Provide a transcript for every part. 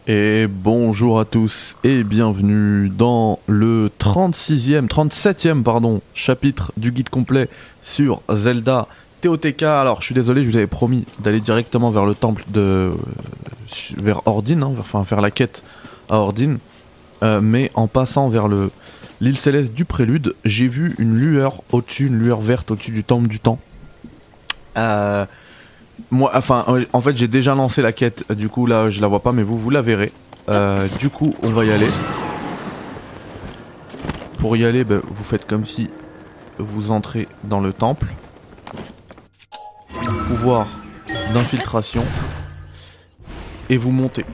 Et bonjour à tous et bienvenue dans le 37e pardon, chapitre du guide complet sur Zelda TOTK. Alors je suis désolé, je vous avais promis d'aller directement vers le temple vers Ordine, enfin faire la quête à Ordine. Mais en passant vers l'île céleste du prélude, j'ai vu une lueur au-dessus, une lueur verte au-dessus du temple du temps. Moi, enfin, en fait, j'ai déjà lancé la quête. Du coup, là, je la vois pas, mais vous la verrez. Du coup, on va y aller. Pour y aller, vous faites comme si vous entrez dans le temple. Pouvoir d'infiltration. Et vous montez.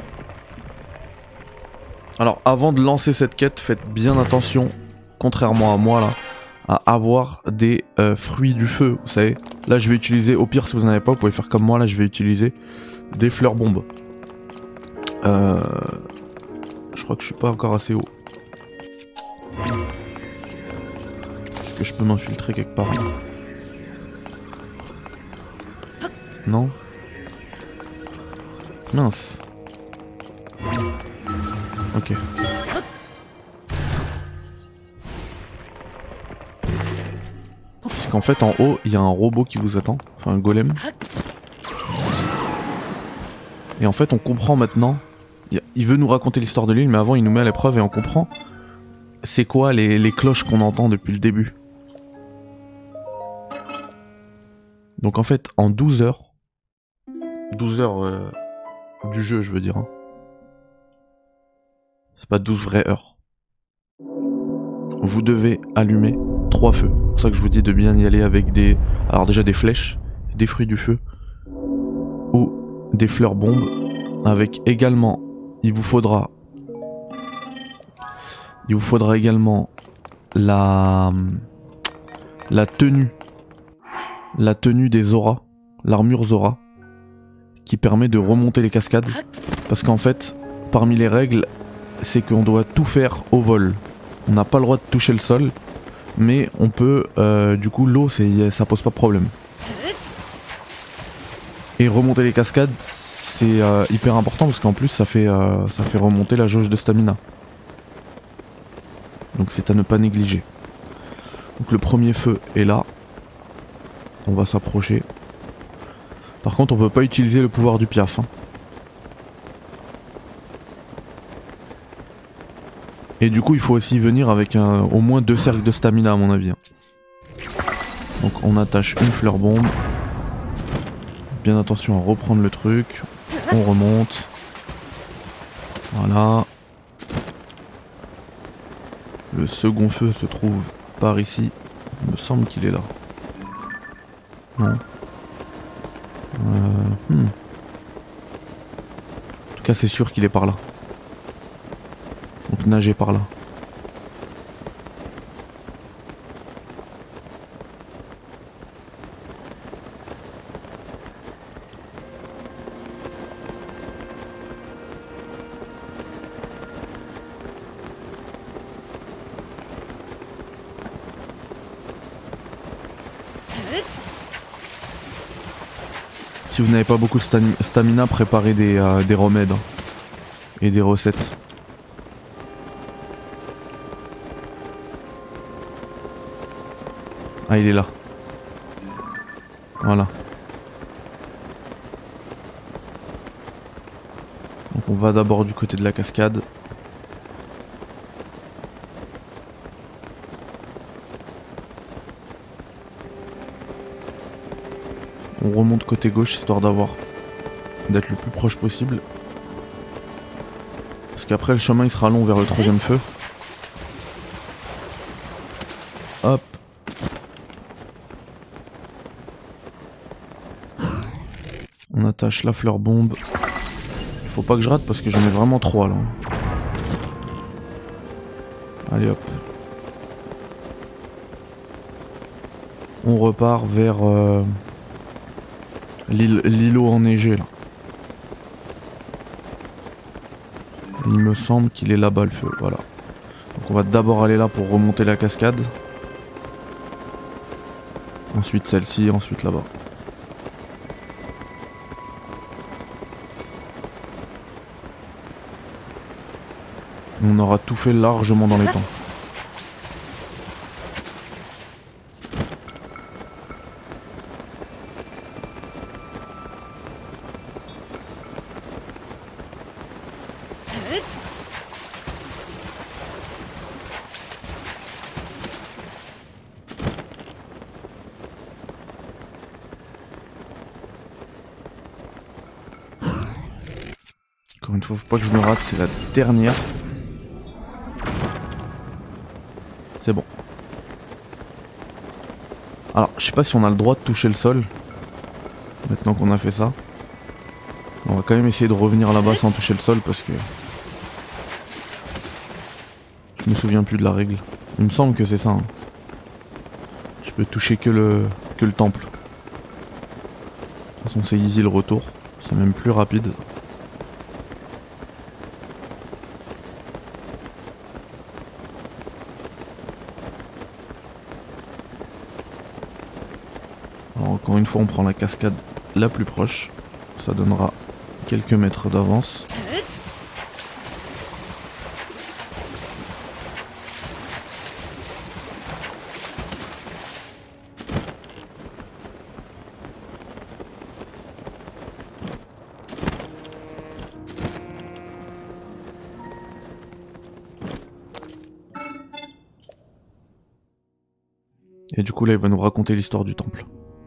Alors, avant de lancer cette quête, faites bien attention, contrairement à moi, là, à avoir des fruits du feu, vous savez. Là, je vais utiliser, au pire, si vous n'en avez pas, vous pouvez faire comme moi, là, je vais utiliser des fleurs bombes. Je crois que je suis pas encore assez haut. Est-ce que je peux m'infiltrer quelque part? Non? Mince. Ok. Parce qu'en fait, en haut, il y a un robot qui vous attend. Enfin, un golem. Et en fait, on comprend maintenant. Il veut nous raconter l'histoire de l'île, mais avant, il nous met à l'épreuve et on comprend c'est quoi les cloches qu'on entend depuis le début. Donc en fait, en 12 heures... 12 heures du jeu, je veux dire. Hein. C'est pas 12 vraies heures. Vous devez allumer 3 feux. C'est pour ça que je vous dis de bien y aller avec des... Alors déjà des flèches, des fruits du feu, ou des fleurs bombes, avec également... Il vous faudra également la tenue des Zora, l'armure Zora, qui permet de remonter les cascades. Parce qu'en fait, parmi les règles, c'est qu'on doit tout faire au vol. On n'a pas le droit de toucher le sol, mais on peut, du coup, l'eau, ça pose pas de problème. Et remonter les cascades, c'est hyper important parce qu'en plus, ça fait remonter la jauge de stamina. Donc c'est à ne pas négliger. Donc le premier feu est là. On va s'approcher. Par contre, on peut pas utiliser le pouvoir du piaf. Hein. Et du coup, il faut aussi venir avec au moins 2 cercles de stamina à mon avis. Donc on attache une fleur bombe. Bien attention à reprendre le truc. On remonte. Voilà. Le second feu se trouve par ici. Il me semble qu'il est là. Non. En tout cas, c'est sûr qu'il est par là. Donc nager par là. Si vous n'avez pas beaucoup de stamina, préparez des remèdes et des recettes. Ah, il est là. Voilà. Donc on va d'abord du côté de la cascade. On remonte côté gauche histoire d'être le plus proche possible. Parce qu'après le chemin il sera long vers le troisième feu. Hop. On attache la fleur bombe. Il faut pas que je rate parce que j'en ai vraiment 3 là. Allez hop. On repart vers l'îlot enneigé là. Il me semble qu'il est là-bas le feu, voilà. Donc on va d'abord aller là pour remonter la cascade. Ensuite celle-ci, ensuite là-bas. On aura tout fait largement dans les temps. Encore une fois, faut pas que je me rate, c'est la dernière. C'est bon. Alors, je sais pas si on a le droit de toucher le sol. Maintenant qu'on a fait ça. On va quand même essayer de revenir là-bas sans toucher le sol parce que... Je me souviens plus de la règle. Il me semble que c'est ça. Hein. Je peux toucher que le temple. De toute façon, c'est easy le retour. C'est même plus rapide. Alors encore une fois, on prend la cascade la plus proche. Ça donnera quelques mètres d'avance. Et du coup là il va nous raconter l'histoire du temple.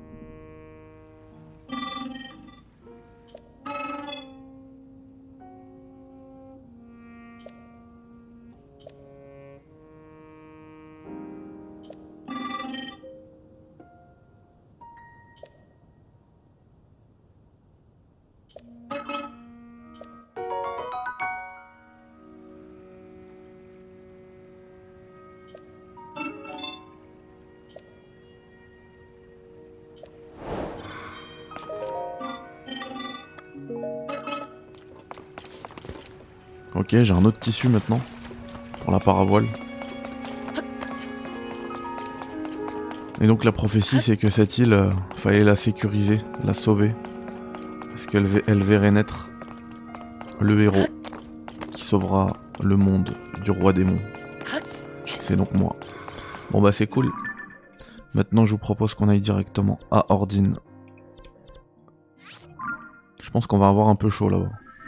Ok, j'ai un autre tissu maintenant pour la paravoile. Et donc la prophétie c'est que cette île, fallait la sécuriser, la sauver. Parce qu'elle verrait naître le héros qui sauvera le monde du roi démon. C'est donc moi. Bon bah c'est cool. Maintenant je vous propose qu'on aille directement à Ordine. Je pense qu'on va avoir un peu chaud là-bas.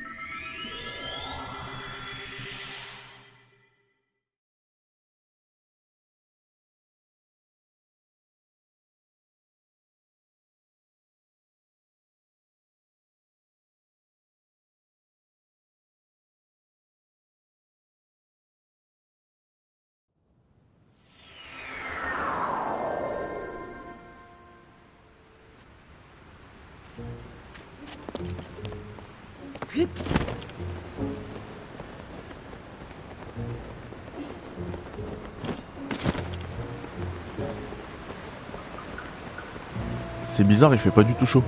C'est bizarre, il fait pas du tout chaud.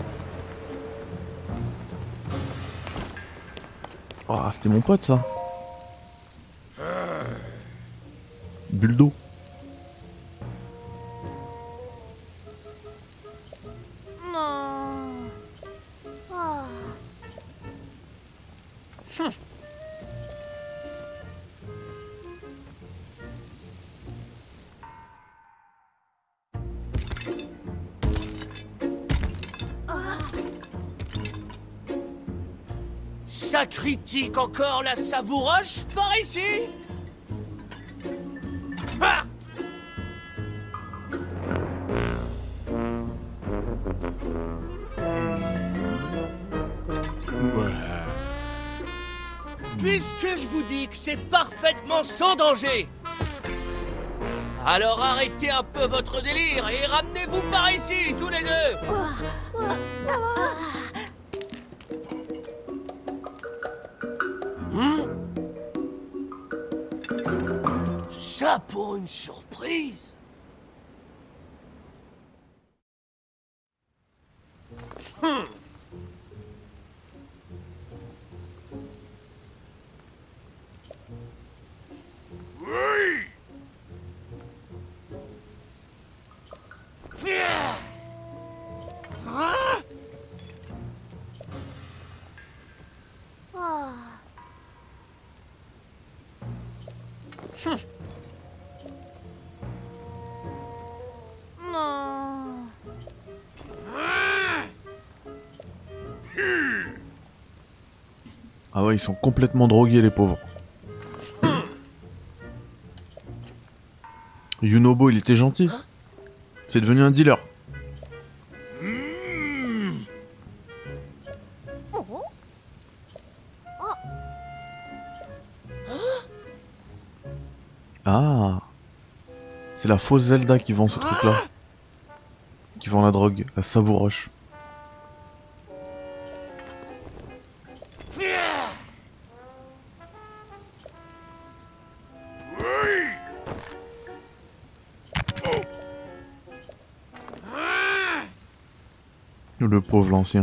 Oh, c'était mon pote ça. Bulle d'eau. Ça critique encore la savouroche par ici? Ah! Puisque je vous dis que c'est parfaitement sans danger, alors arrêtez un peu votre délire et ramenez-vous par ici, tous les deux. Ça pour une surprise. Oui. Non. Ah ouais, ils sont complètement drogués les pauvres. Yunobo, il était gentil. C'est devenu un dealer. Ah, c'est la fausse Zelda qui vend ce truc-là. Qui vend la drogue, la savouroche. Le pauvre l'ancien.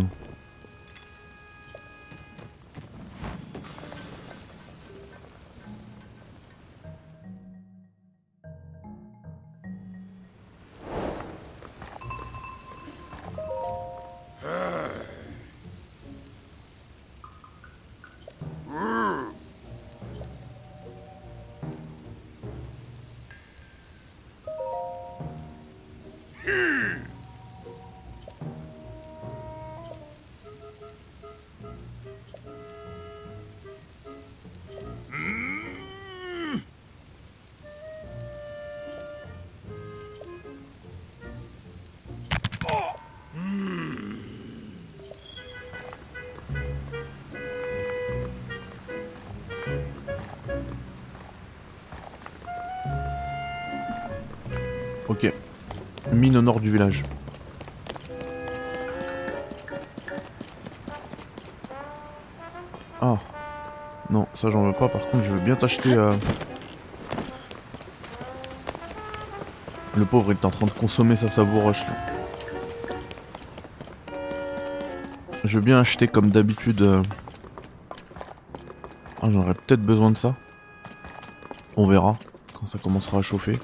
Ok. Mine au nord du village. Ah. Non, ça j'en veux pas. Par contre, je veux bien t'acheter... Le pauvre, il est en train de consommer sa savouroche, là. Je veux bien acheter comme d'habitude... Ah, j'aurais peut-être besoin de ça. On verra quand ça commencera à chauffer.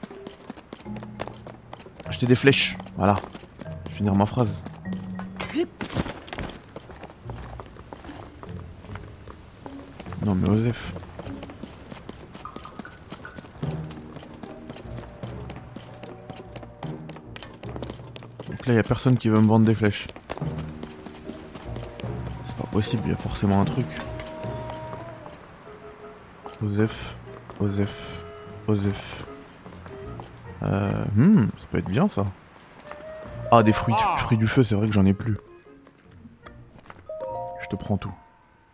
Acheter des flèches, voilà. Je vais finir ma phrase. Non mais Osef. Donc là y a personne qui veut me vendre des flèches. C'est pas possible, il y a forcément un truc. Osef, Osef, Osef. Ça peut être bien ça. Ah, des fruits du feu, c'est vrai que j'en ai plus. Je te prends tout.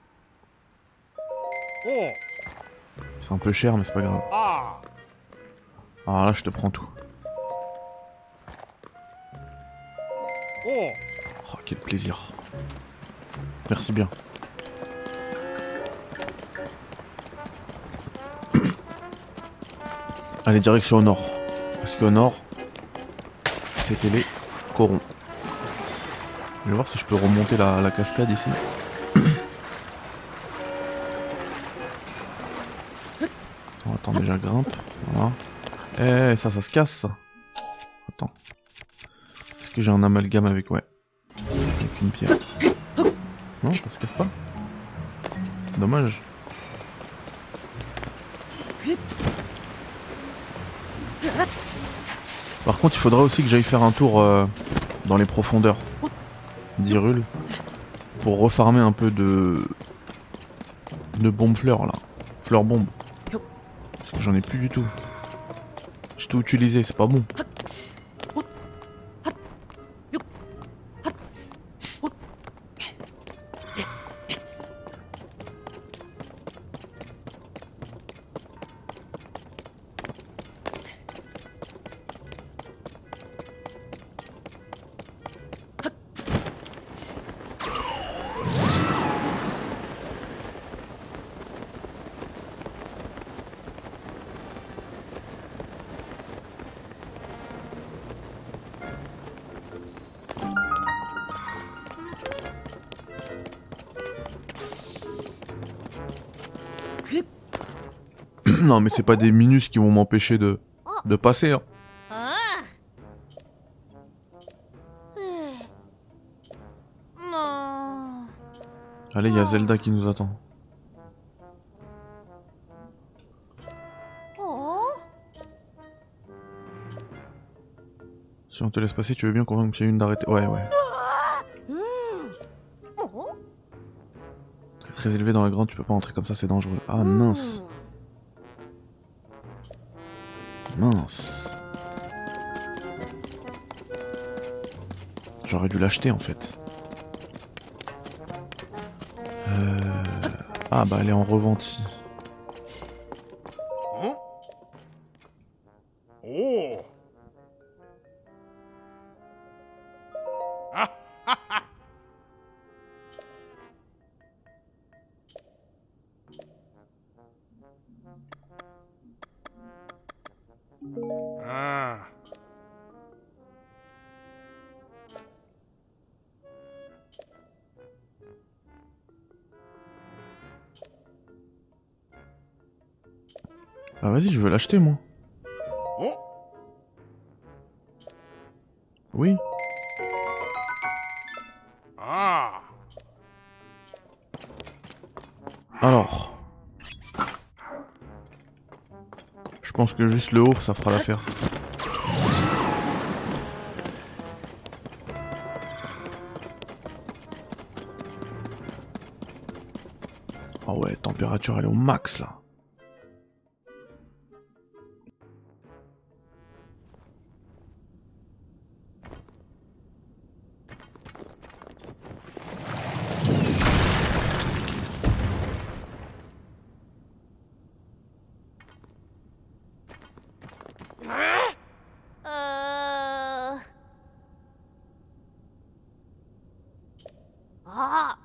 C'est un peu cher, mais c'est pas grave. Alors là, je te prends tout. Oh, quel plaisir. Merci bien. Allez, direction au nord. Parce qu'au nord, c'était les corons. Je vais voir si je peux remonter la cascade ici. Oh, attends, déjà grimpe. Voilà. Eh, ça se casse ça. Attends. Est-ce que j'ai un amalgame avec... Ouais. Avec une pierre. Non, ça se casse pas. Dommage. Par contre, il faudrait aussi que j'aille faire un tour dans les profondeurs d'Hyrule pour refarmer un peu de bombes fleurs là. Fleurs bombes. Parce que j'en ai plus du tout. J'ai tout utilisé, c'est pas bon. Non mais c'est pas des minus qui vont m'empêcher de passer hein. Non. Allez, il y a Zelda qui nous attend. Si on te laisse passer, tu veux bien convaincre Monsieur Yun d'arrêter. Ouais. Très élevé dans la grande, tu peux pas entrer comme ça, c'est dangereux. Ah mince. Mince. J'aurais dû l'acheter en fait. Ah bah elle est en revente ici. Oh. Ah. Ah vas-y, je veux l'acheter moi. Oh. Oui. Ah. Alors. Je pense que juste le haut, ça fera l'affaire. Ah ouais, température elle est au max là. Ah.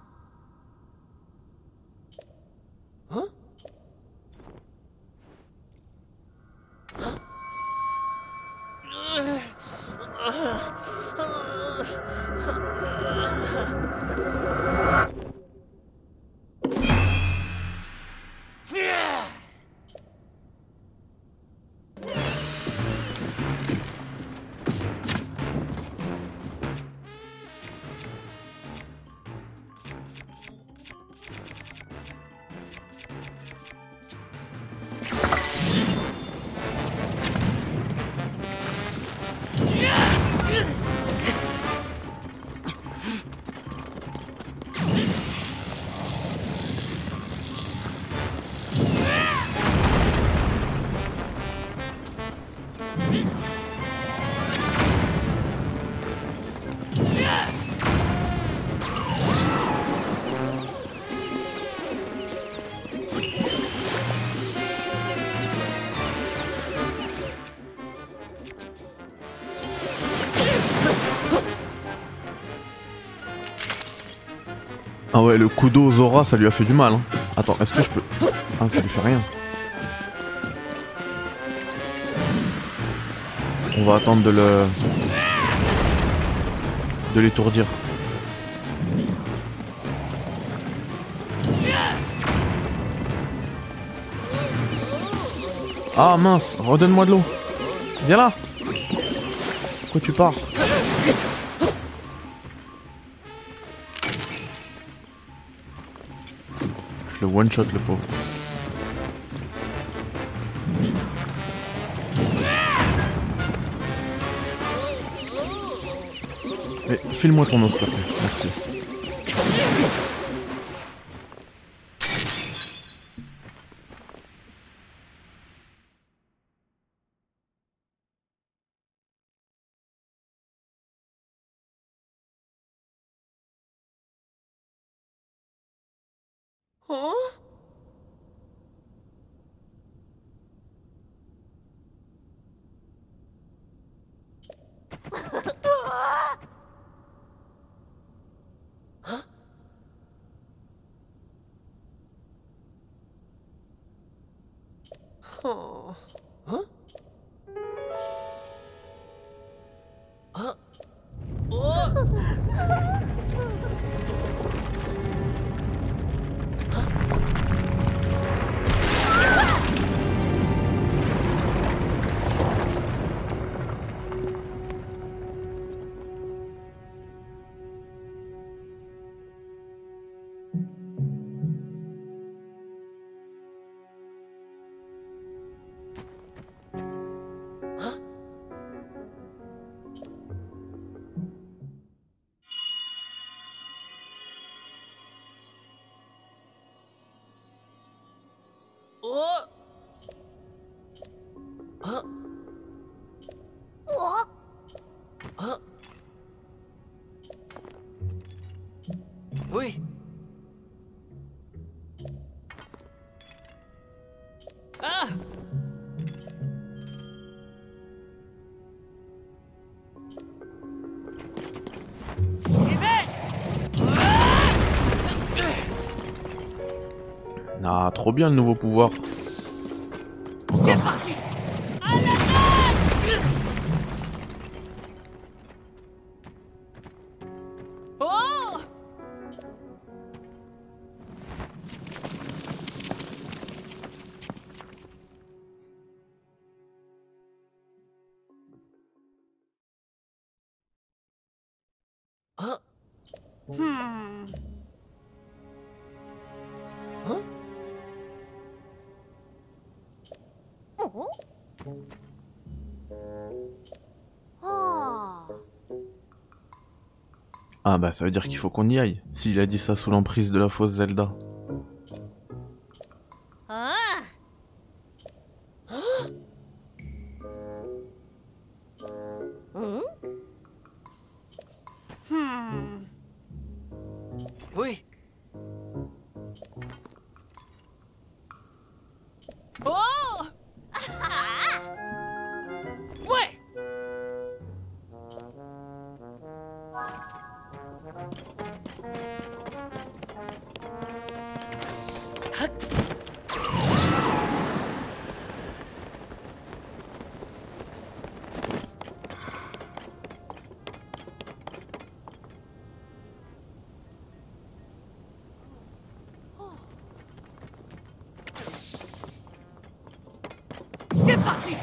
Ah ouais, le coup d'eau Zora, ça lui a fait du mal. Hein. Attends, est-ce que je peux... Ah, ça lui fait rien. On va attendre de l'étourdir. Ah mince, redonne-moi de l'eau. Viens là. Pourquoi tu pars? Je le one-shot le pauvre. Mais file-moi ton eau s'il te plaît, merci. Huh? Oh. Huh? Huh? Oh. Oh. Hein? Hein? Oui. Ah! J'y vais! Ah, trop bien le nouveau pouvoir. C'est parti! À l'attaque! Oh! Hein? Hein? Ah bah ça veut dire qu'il faut qu'on y aille, s'il a dit ça sous l'emprise de la fausse Zelda. Ah! Oui. Oh! Ouais! C'est parti!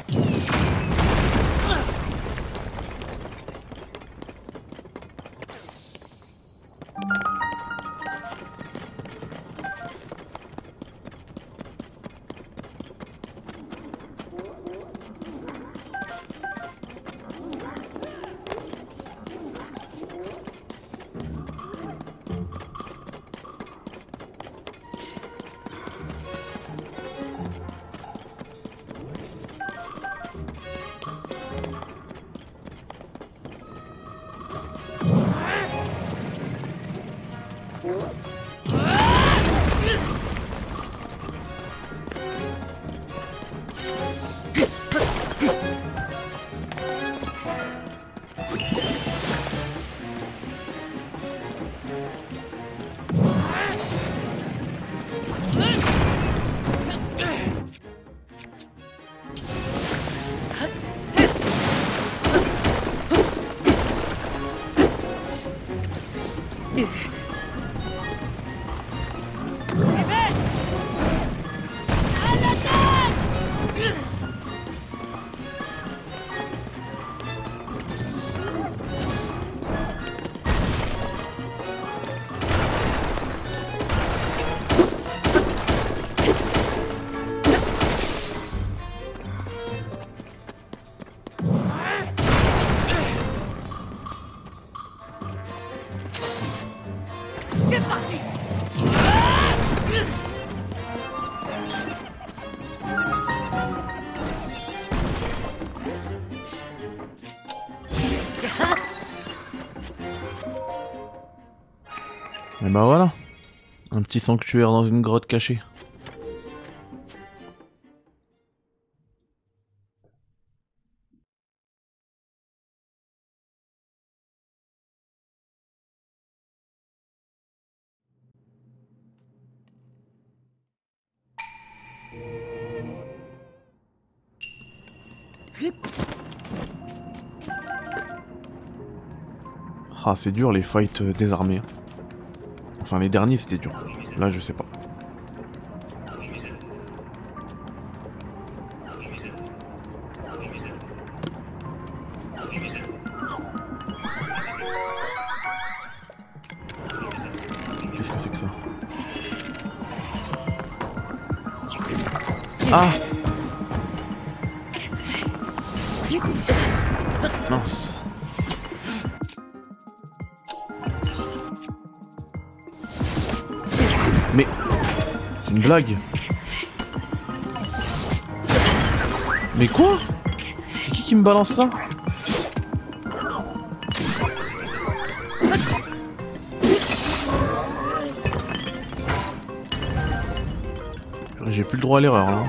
C'est parti! Et bah voilà, un petit sanctuaire dans une grotte cachée. Ah, c'est dur les fights désarmés. Enfin, les derniers c'était dur. Là, je sais pas. Qu'est-ce que c'est que ça? Ah! Mince. Mais... c'est une blague. Mais quoi? C'est qui me balance ça? J'ai plus le droit à l'erreur là.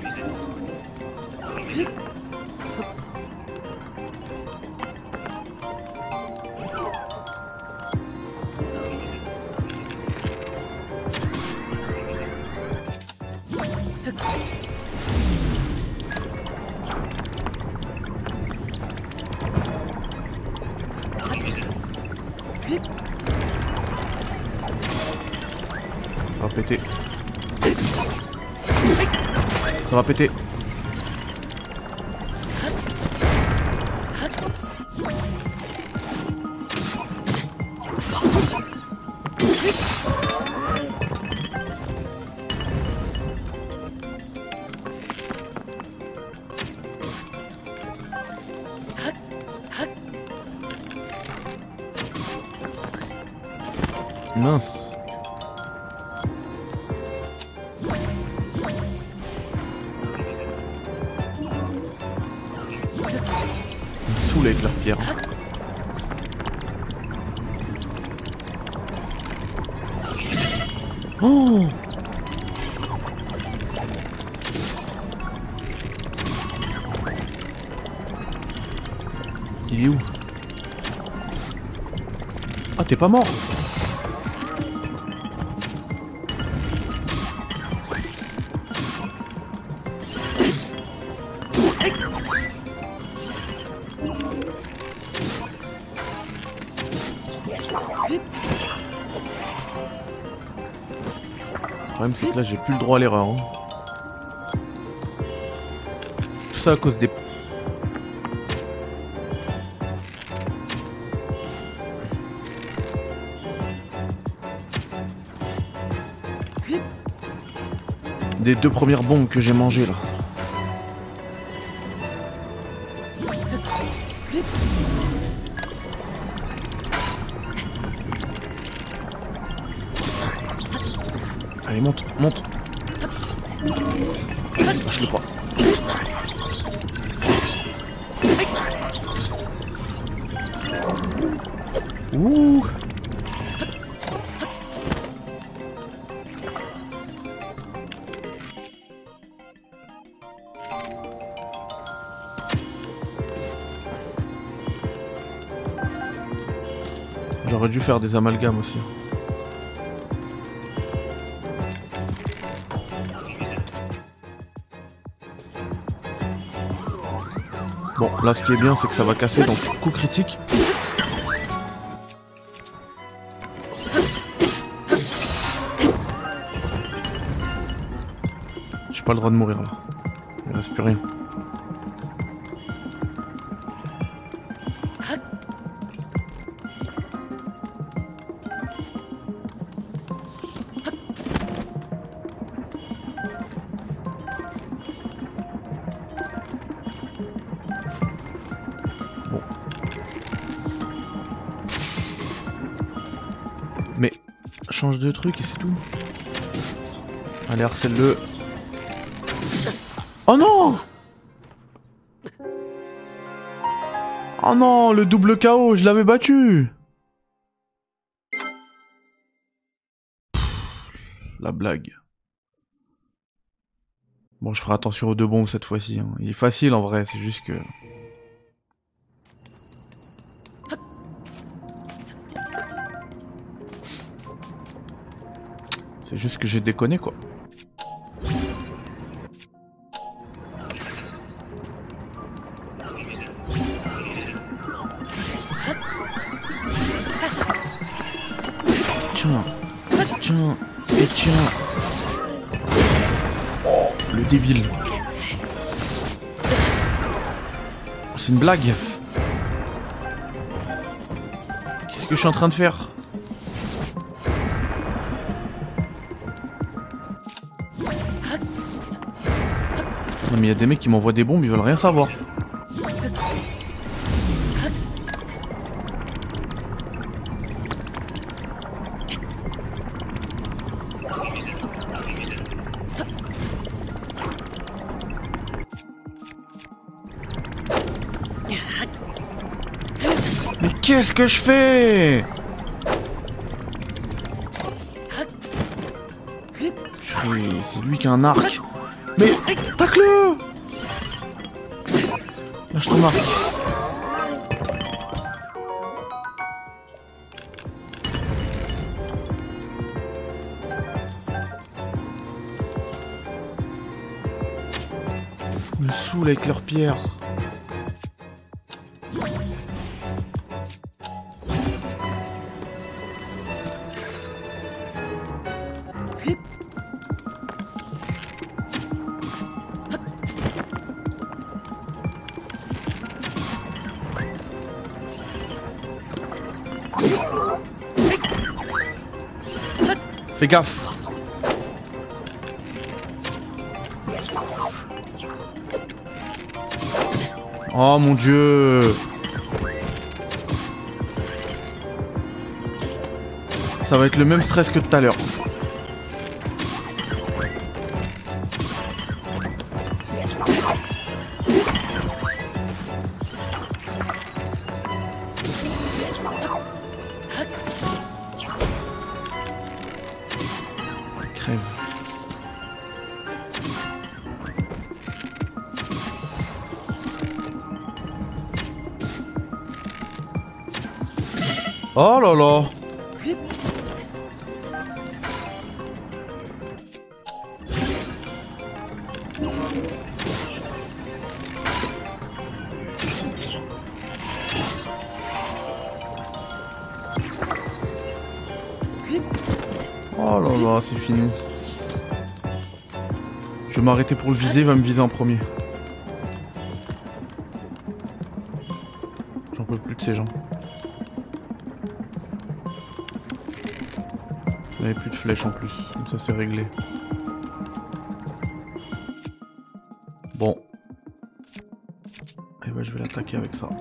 Ça va péter. Ça va péter. Mince. Ils me saoulent avec leur pierre. Oh! Il est où? Ah, t'es pas mort? Le problème c'est que là j'ai plus le droit à l'erreur. Hein. Tout ça à cause des... des 2 premières bombes que j'ai mangées là. Allez, monte, monte. Je le crois. Ouh. J'aurais dû faire des amalgames aussi. Bon, là ce qui est bien c'est que ça va casser, donc coup critique. J'ai pas le droit de mourir là. Il reste plus rien. Bon. Mais change de truc et c'est tout. Allez, harcèle-le. Oh non! Oh non, le double KO, je l'avais battu! Pff, la blague. Bon, je ferai attention aux 2 bombes cette fois-ci. Hein. Il est facile en vrai, c'est juste que... C'est juste que j'ai déconné quoi. Tiens, tiens, et tiens. Oh, le débile. C'est une blague. Qu'est-ce que je suis en train de faire? Non mais il y a des mecs qui m'envoient des bombes, ils veulent rien savoir. qu'est-ce que je fais? Purée, c'est lui qui a un arc. Mais tacle-le! Lâche ton arc. Ils me saoulent avec leurs pierres. Fais gaffe. Oh mon dieu. Ça va être le même stress que tout à l'heure. Crève. Oh là là. Oh là là, c'est fini. Je vais m'arrêter pour le viser, il va me viser en premier. J'en peux plus de ces gens. Il n'y avait plus de flèches en plus, donc ça c'est réglé. Bon. Et bah je vais l'attaquer avec ça.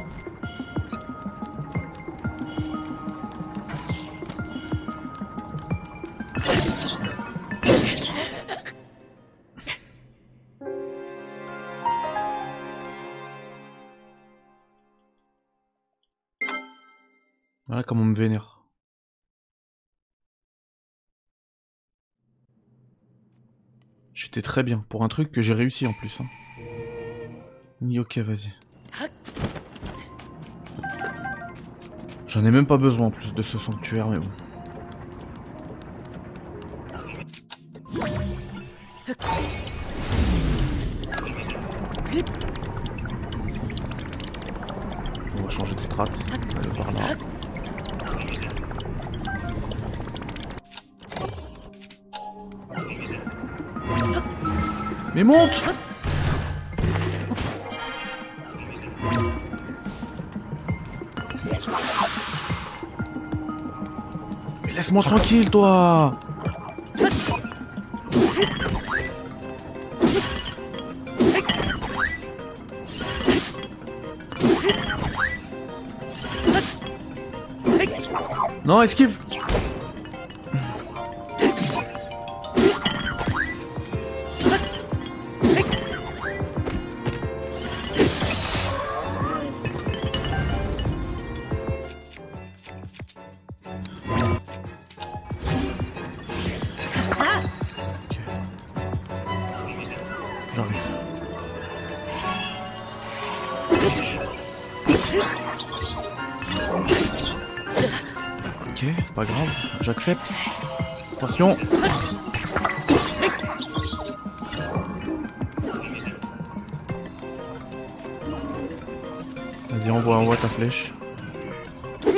Voilà comment on me vénère. J'étais très bien, pour un truc que j'ai réussi en plus. Hein. Oui, ok, vas-y. J'en ai même pas besoin en plus de ce sanctuaire, mais bon. On va changer de strat. Aller par là. Mais monte! Mais laisse-moi tranquille, toi! Non, esquive! J'arrive. Ok, c'est pas grave, j'accepte. Attention. Vas-y, envoie ta flèche. Ok,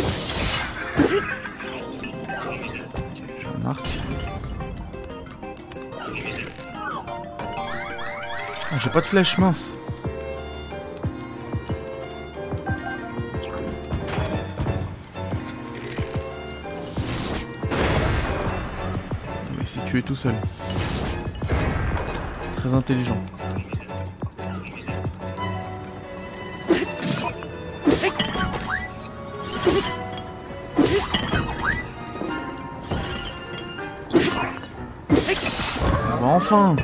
j'ai un arc. Ah, j'ai pas de flèche, mince. Il s'est tué tout seul. Très intelligent. Ah bah enfin.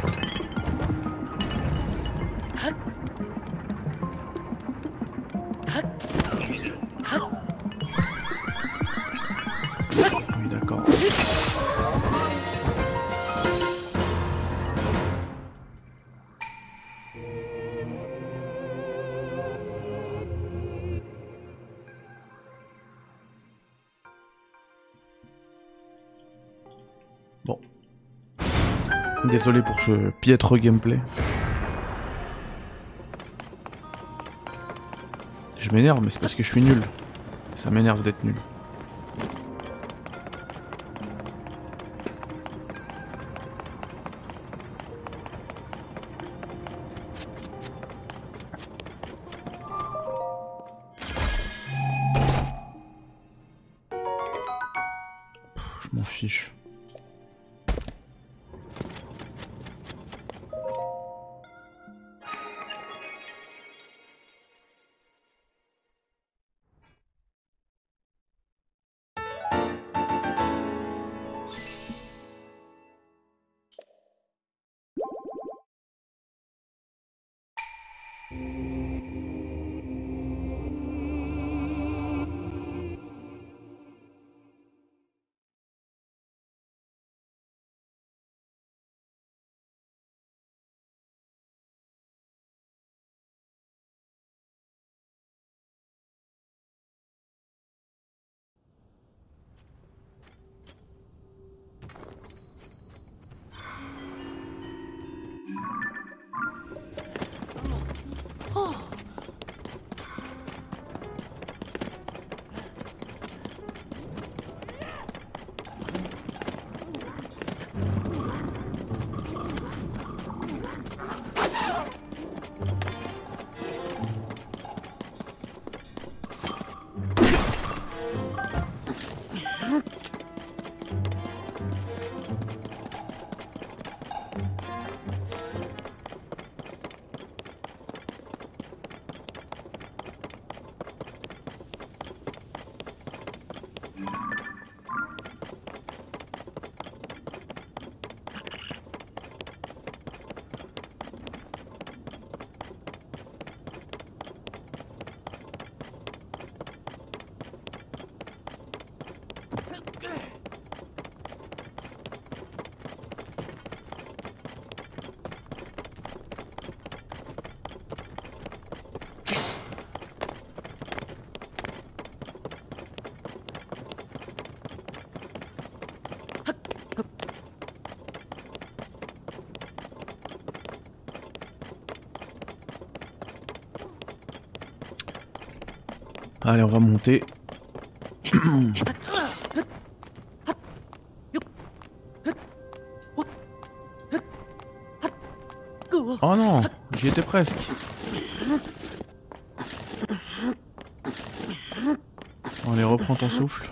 Bon. Désolé pour ce piètre gameplay. Je m'énerve, mais c'est parce que je suis nul. Ça m'énerve d'être nul. Je m'en fiche. Allez, on va monter. Oh non, j'y étais presque. Allez, reprends ton souffle.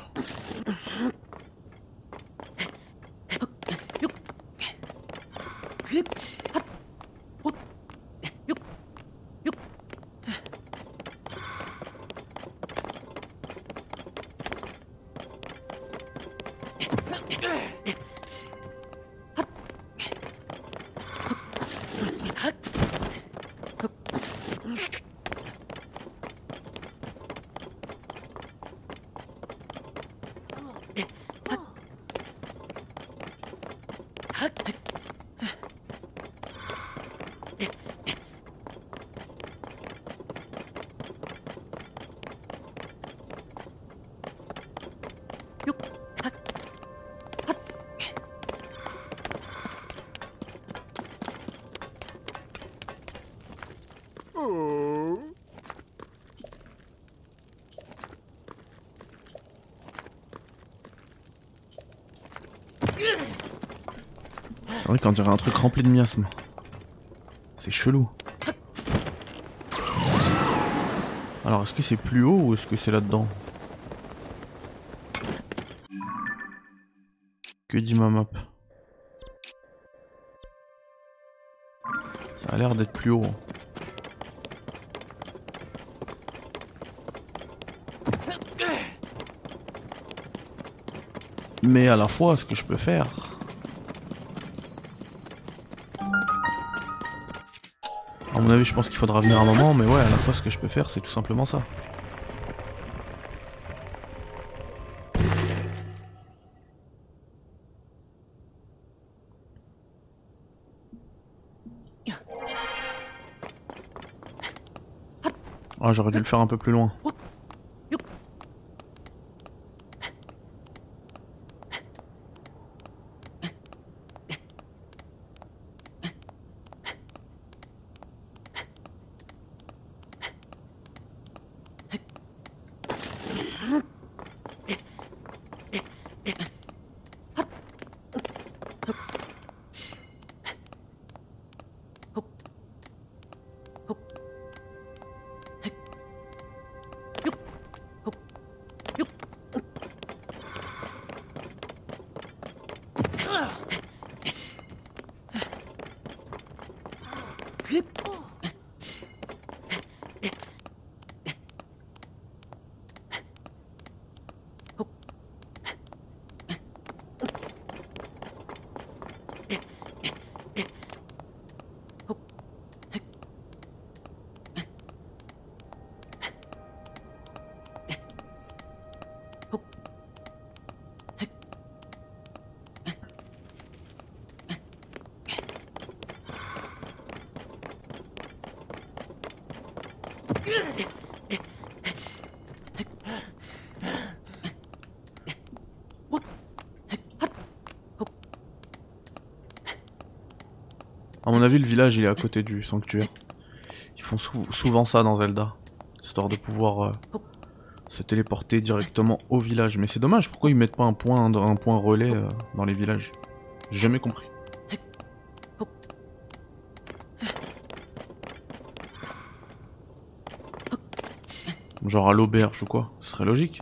C'est vrai qu'on dirait un truc rempli de miasmes. C'est chelou. Alors est-ce que c'est plus haut ou est-ce que c'est là-dedans? Que dit ma map? Ça a l'air d'être plus haut. Mais à la fois, ce que je peux faire... À mon avis, je pense qu'il faudra venir un moment, mais ouais, à la fois, ce que je peux faire, c'est tout simplement ça. Ah, j'aurais dû le faire un peu plus loin. À mon avis, le village il est à côté du sanctuaire. Ils font souvent ça dans Zelda, histoire de pouvoir se téléporter directement au village. Mais c'est dommage, pourquoi ils mettent pas un point relais dans les villages? J'ai jamais compris. Genre à l'auberge ou quoi, ce serait logique.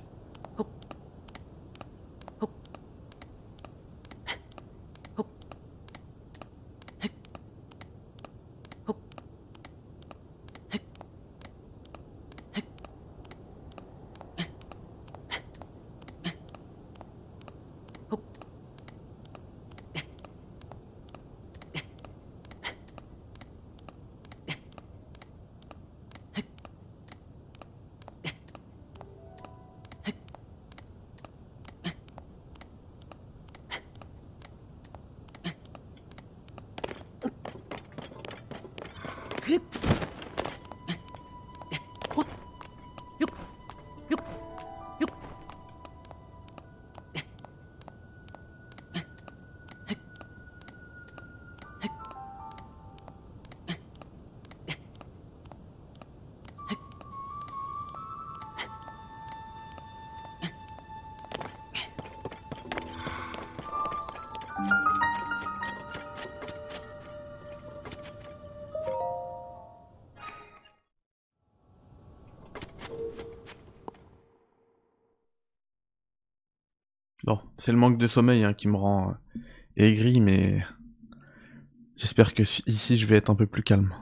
Bon, c'est le manque de sommeil hein, qui me rend aigri, mais j'espère que ici je vais être un peu plus calme.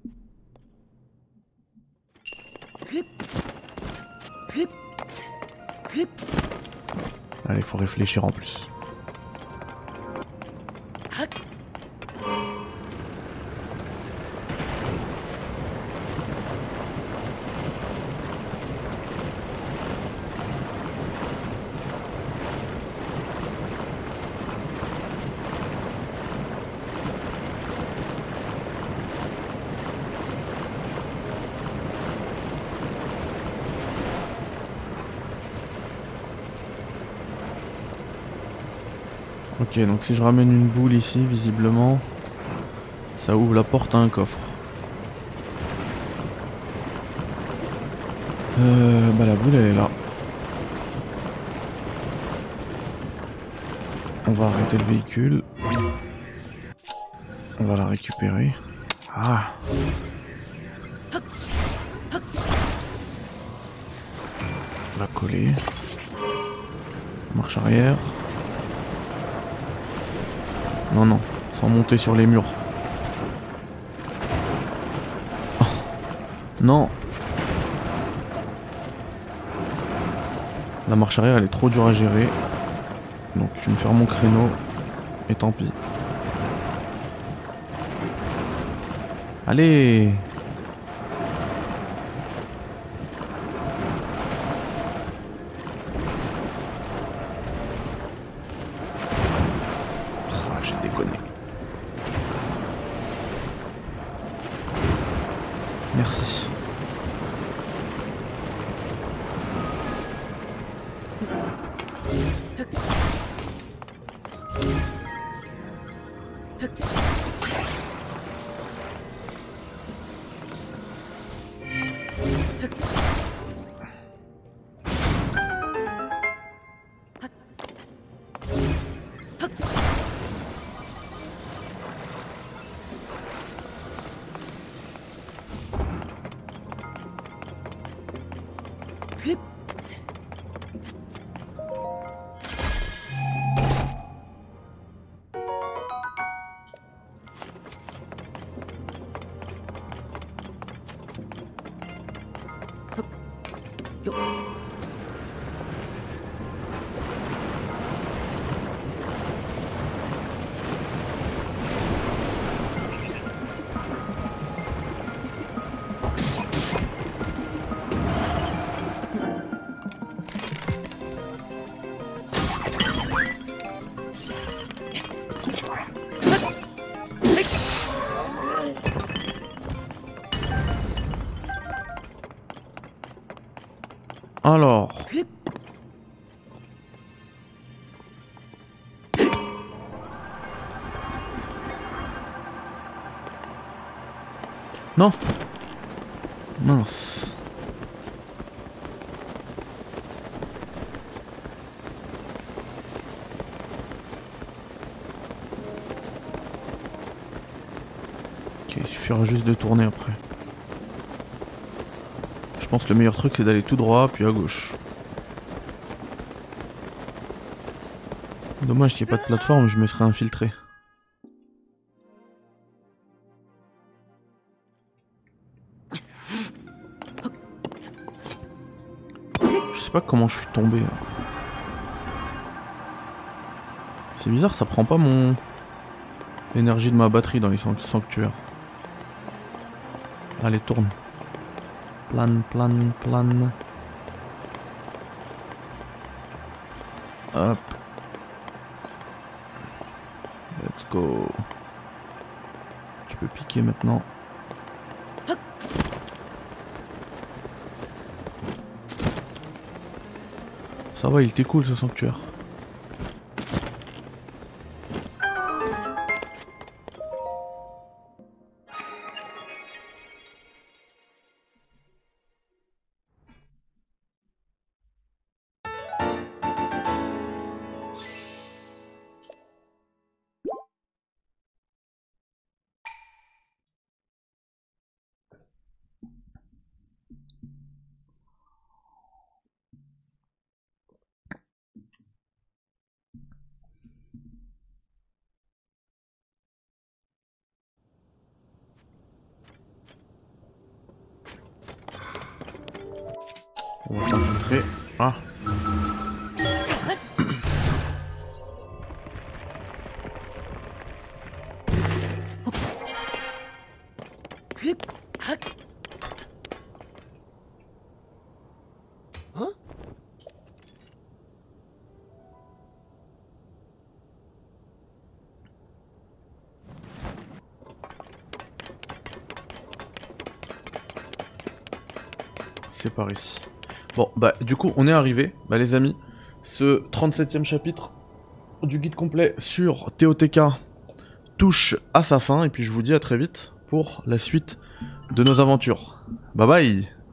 Allez, faut réfléchir en plus. Ok, donc si je ramène une boule ici, visiblement, ça ouvre la porte à un coffre. Bah la boule elle est là. On va arrêter le véhicule. On va la récupérer. Ah. On va coller. Marche arrière. Non, non, sans monter sur les murs. Oh, non. La marche arrière, elle est trop dure à gérer. Donc je vais me faire mon créneau. Et tant pis. Allez! J'ai déconné. Merci. Alors... Non. Mince. Ok, il suffira juste de tourner après. Je pense que le meilleur truc c'est d'aller tout droit puis à gauche. Dommage qu'il n'y ait pas de plateforme, je me serais infiltré. Je sais pas comment je suis tombé. C'est bizarre, ça prend pas l'énergie de ma batterie dans les sanctuaires. Allez, tourne. Plane, plane, plane. Hop. Let's go. Tu peux piquer maintenant. Ça va, il était cool ce sanctuaire. On va s'infiltrer. Ah. C'est par ici. Bon, bah du coup on est arrivé, bah les amis, ce 37e chapitre du guide complet sur TOTK touche à sa fin, et puis je vous dis à très vite pour la suite de nos aventures. Bye bye.